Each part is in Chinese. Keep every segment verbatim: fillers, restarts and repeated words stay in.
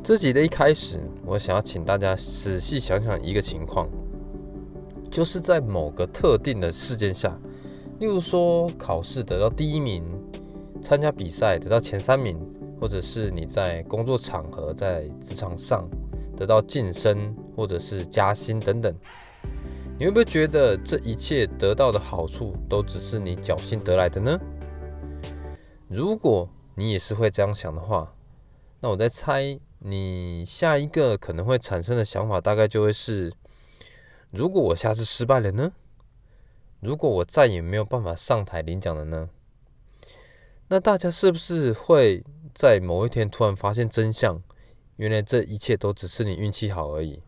这集的一开始，我想要请大家仔细想想一个情况，就是在某个特定的事件下，例如说考试得到第一名，参加比赛得到前三名，或者是你在工作场合在职场上得到晋升或者是加薪等等，你会不会觉得这一切得到的好处都只是你侥幸得来的呢？如果你也是会这样想的话，那我在猜你下一个可能会产生的想法大概就会是：如果我下次失败了呢？如果我再也没有办法上台领奖了呢？那大家是不是会在某一天突然发现真相？原来这一切都只是你运气好而已。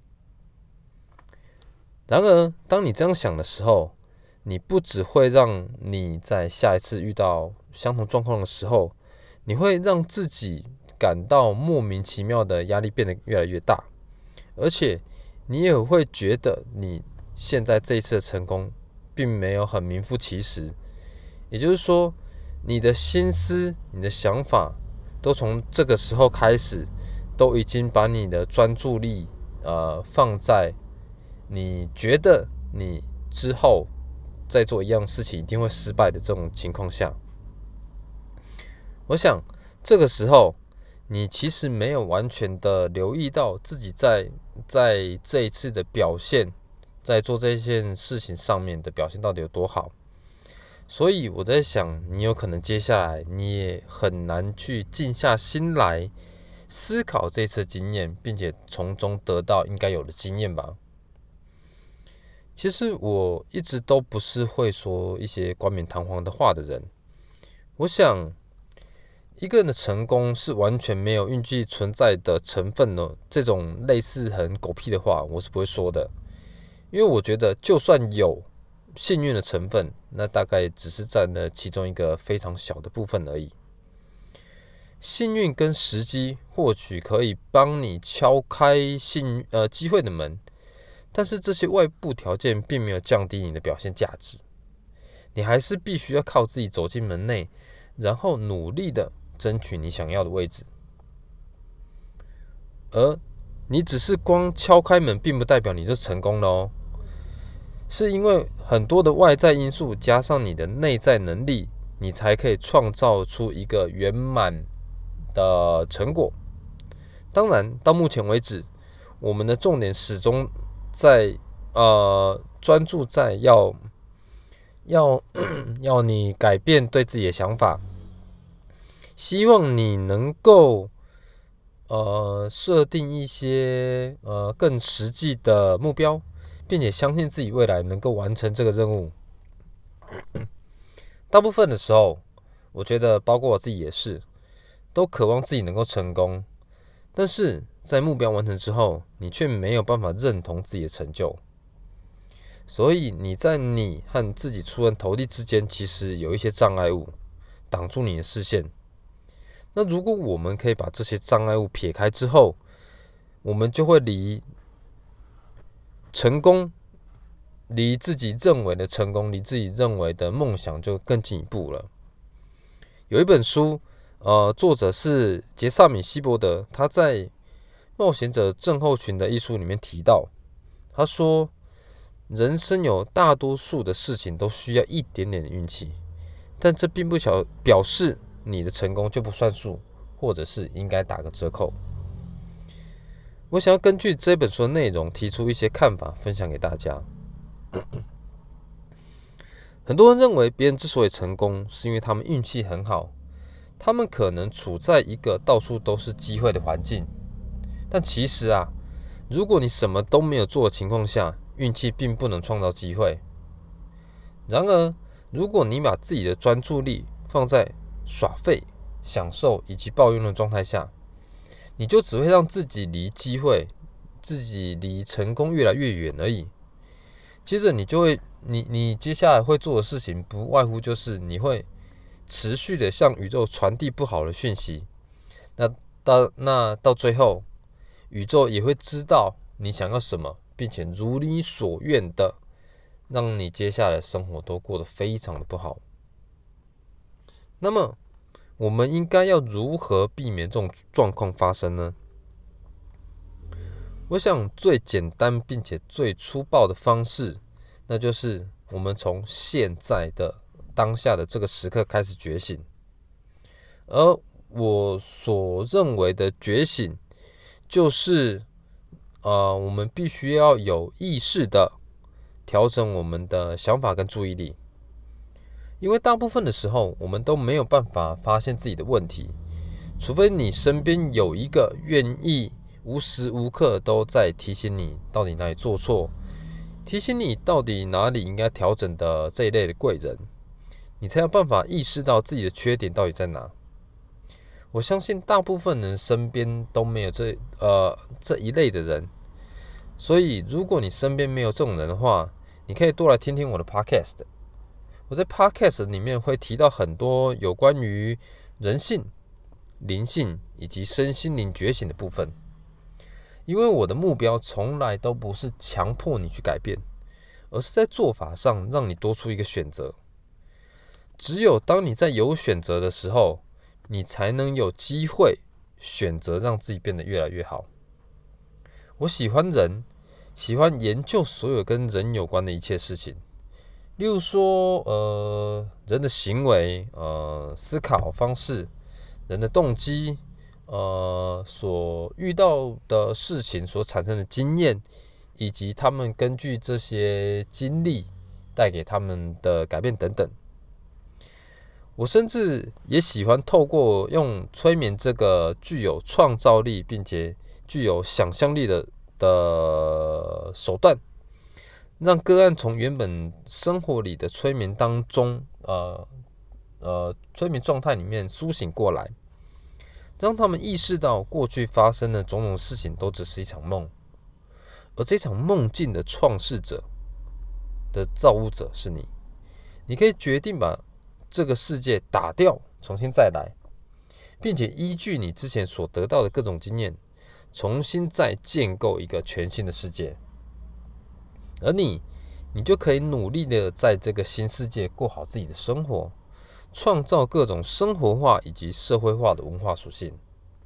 然而，当你这样想的时候，你不只会让你在下一次遇到相同状况的时候，你会让自己感到莫名其妙的压力变得越来越大，而且你也会觉得你现在这一次的成功并没有很名副其实。也就是说，你的心思、你的想法都从这个时候开始，都已经把你的专注力呃放在你觉得你之后再做一样事情一定会失败的这种情况下，我想这个时候你其实没有完全的留意到自己在在这一次的表现，在做这件事情上面的表现到底有多好。所以我在想，你有可能接下来你也很难去静下心来思考这次经验，并且从中得到应该有的经验吧。其实我一直都不是会说一些冠冕堂皇的话的人。我想，一个人的成功是完全没有运气存在的成分呢，这种类似很狗屁的话，我是不会说的。因为我觉得，就算有幸运的成分，那大概只是占了其中一个非常小的部分而已。幸运跟时机或许可以帮你敲开幸呃机会的门，但是这些外部条件并没有降低你的表现价值。你还是必须要靠自己走进门内，然后努力的争取你想要的位置。而你只是光敲开门，并不代表你就成功了哦。是因为很多的外在因素加上你的内在能力，你才可以创造出一个圆满的成果。当然，到目前为止，我们的重点始终在呃专注在要要要你改变对自己的想法，希望你能够呃设定一些呃更实际的目标，并且相信自己未来能够完成这个任务。大部分的时候，我觉得包括我自己也是，都渴望自己能够成功，但是在目标完成之后，你却没有办法认同自己的成就。所以你在你和自己出人头地之间，其实有一些障碍物挡住你的视线。那如果我们可以把这些障碍物撇开之后，我们就会离成功，离自己认为的成功，离自己认为的梦想就更进一步了。有一本书，呃，作者是杰萨米·希伯德，他在《冒险者症候群》的一书里面提到，他说，人生有大多数的事情都需要一点点的运气，但这并不表示你的成功就不算数，或者是应该打个折扣。我想要根据这本书的内容提出一些看法，分享给大家。很多人认为别人之所以成功，是因为他们运气很好，他们可能处在一个到处都是机会的环境。但其实啊，如果你什么都没有做的情况下，运气并不能创造机会。然而，如果你把自己的专注力放在耍废、享受以及抱怨的状态下，你就只会让自己离机会、自己离成功越来越远而已。接着，你就会，你你接下来会做的事情，不外乎就是你会持续的向宇宙传递不好的讯息。那到那到最后，宇宙也会知道你想要什么，并且如你所愿的，让你接下来的生活都过得非常的不好。那么，我们应该要如何避免这种状况发生呢？ 我想最简单并且最粗暴的方式，那就是我们从现在的当下的这个时刻开始觉醒。而我所认为的觉醒，就是呃，我们必须要有意识的调整我们的想法跟注意力。因为大部分的时候，我们都没有办法发现自己的问题，除非你身边有一个愿意无时无刻都在提醒你到底哪里做错，提醒你到底哪里应该调整的这一类的贵人，你才有办法意识到自己的缺点到底在哪。我相信大部分人身边都没有这呃这一类的人，所以如果你身边没有这种人的话，你可以多来听听我的 podcast。我在 podcast 里面会提到很多有关于人性、灵性以及身心灵觉醒的部分。因为我的目标从来都不是强迫你去改变，而是在做法上让你多出一个选择。只有当你在有选择的时候，你才能有机会选择让自己变得越来越好。我喜欢人，喜欢研究所有跟人有关的一切事情。例如说，呃，人的行为、呃，思考方式、人的动机、呃，所遇到的事情所产生的经验，以及他们根据这些经历带给他们的改变等等。我甚至也喜欢透过用催眠这个具有创造力并且具有想象力的的手段，让个案从原本生活里的催眠当中，呃呃，催眠状态里面苏醒过来，让他们意识到过去发生的种种事情都只是一场梦，而这场梦境的创世者的造物者是你。你可以决定把这个世界打掉，重新再来，并且依据你之前所得到的各种经验，重新再建构一个全新的世界。而你，你就可以努力的在这个新世界过好自己的生活，创造各种生活化以及社会化的文化属性。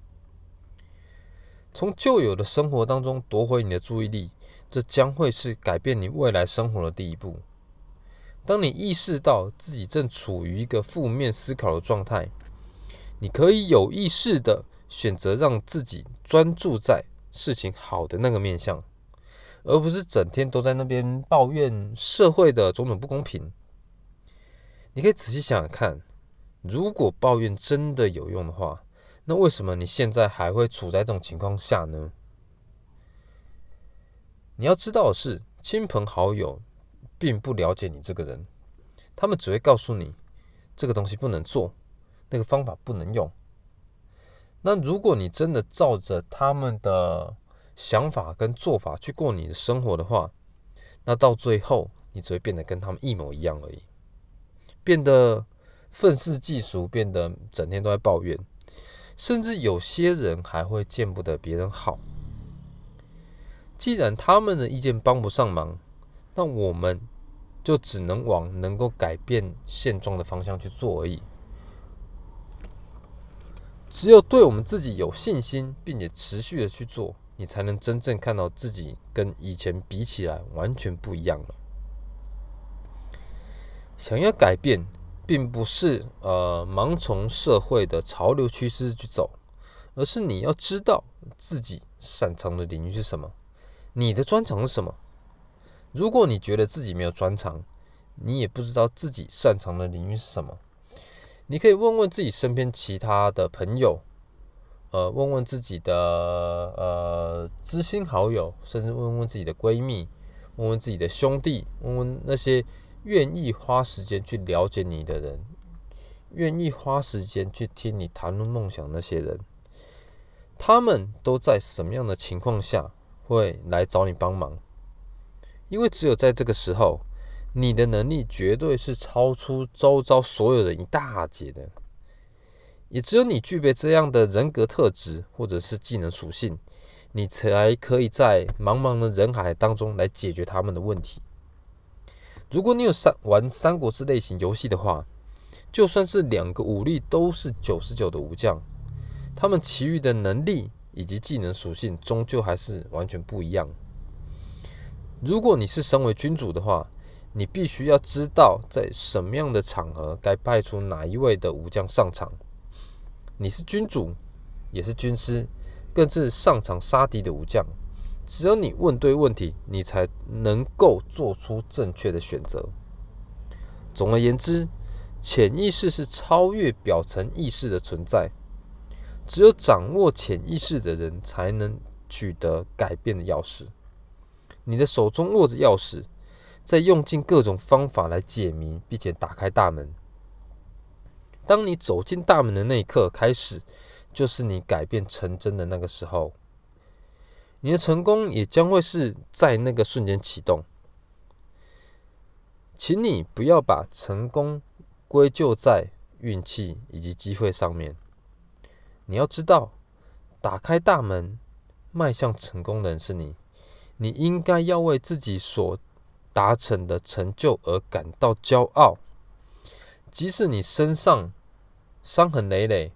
从旧有的生活当中夺回你的注意力，这将会是改变你未来生活的第一步。当你意识到自己正处于一个负面思考的状态，你可以有意识的选择让自己专注在事情好的那个面向，而不是整天都在那边抱怨社会的种种不公平。你可以仔细想想看，如果抱怨真的有用的话，那为什么你现在还会处在这种情况下呢？你要知道的是，亲朋好友并不了解你这个人，他们只会告诉你这个东西不能做，那个方法不能用。那如果你真的照着他们的想法跟做法去过你的生活的话，那到最后你只会变得跟他们一模一样而已，变得愤世嫉俗，变得整天都在抱怨，甚至有些人还会见不得别人好。既然他们的意见帮不上忙，那我们就只能往能够改变现状的方向去做而已。只有对我们自己有信心，并且持续的去做，你才能真正看到自己跟以前比起来完全不一样了。想要改变，并不是呃盲从社会的潮流趋势去走，而是你要知道自己擅长的领域是什么，你的专长是什么。如果你觉得自己没有专长，你也不知道自己擅长的领域是什么，你可以问问自己身边其他的朋友，呃，问问自己的呃知心好友，甚至问问自己的闺蜜，问问自己的兄弟，问问那些愿意花时间去了解你的人，愿意花时间去听你谈论梦想的那些人，他们都在什么样的情况下会来找你帮忙？因为只有在这个时候，你的能力绝对是超出周遭所有人一大截的。也只有你具备这样的人格特质或者是技能属性，你才可以在茫茫的人海当中来解决他们的问题。如果你有玩三国志类型游戏的话，就算是两个武力都是九十九的武将，他们其余的能力以及技能属性终究还是完全不一样。如果你是身为君主的话，你必须要知道在什么样的场合该派出哪一位的武将上场。你是君主，也是军师，更是上场杀敌的武将。只有你问对问题，你才能够做出正确的选择。总而言之，潜意识是超越表层意识的存在。只有掌握潜意识的人，才能取得改变的钥匙。你的手中握着钥匙，再用尽各种方法来解谜，并且打开大门。当你走进大门的那一刻开始，就是你改变成真的那个时候。你的成功也将会是在那个瞬间启动。请你不要把成功归咎在运气以及机会上面。你要知道，打开大门迈向成功的人是你。你应该要为自己所达成的成就而感到骄傲。即使你身上伤痕累累，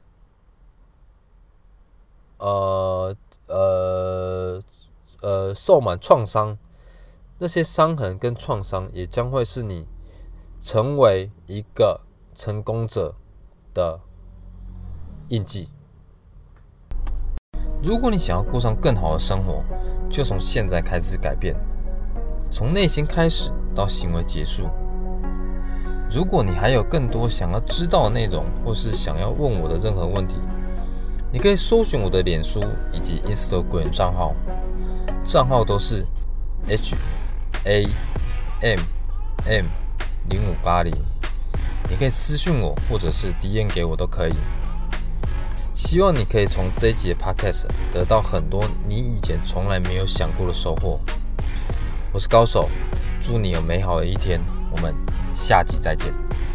呃呃呃受满创伤，那些伤痕跟创伤也将会是你成为一个成功者的印记。如果你想要过上更好的生活，就从现在开始改变，从内心开始到行为结束。如果你还有更多想要知道的内容，或是想要问我的任何问题，你可以搜寻我的脸书以及 Instagram 账号，账号都是 H A M M 零五八零，你可以私讯我，或者是 D M 给我都可以。希望你可以从这一集的 Podcast 得到很多你以前从来没有想过的收获。我是高手，祝你有美好的一天，我们下集再见。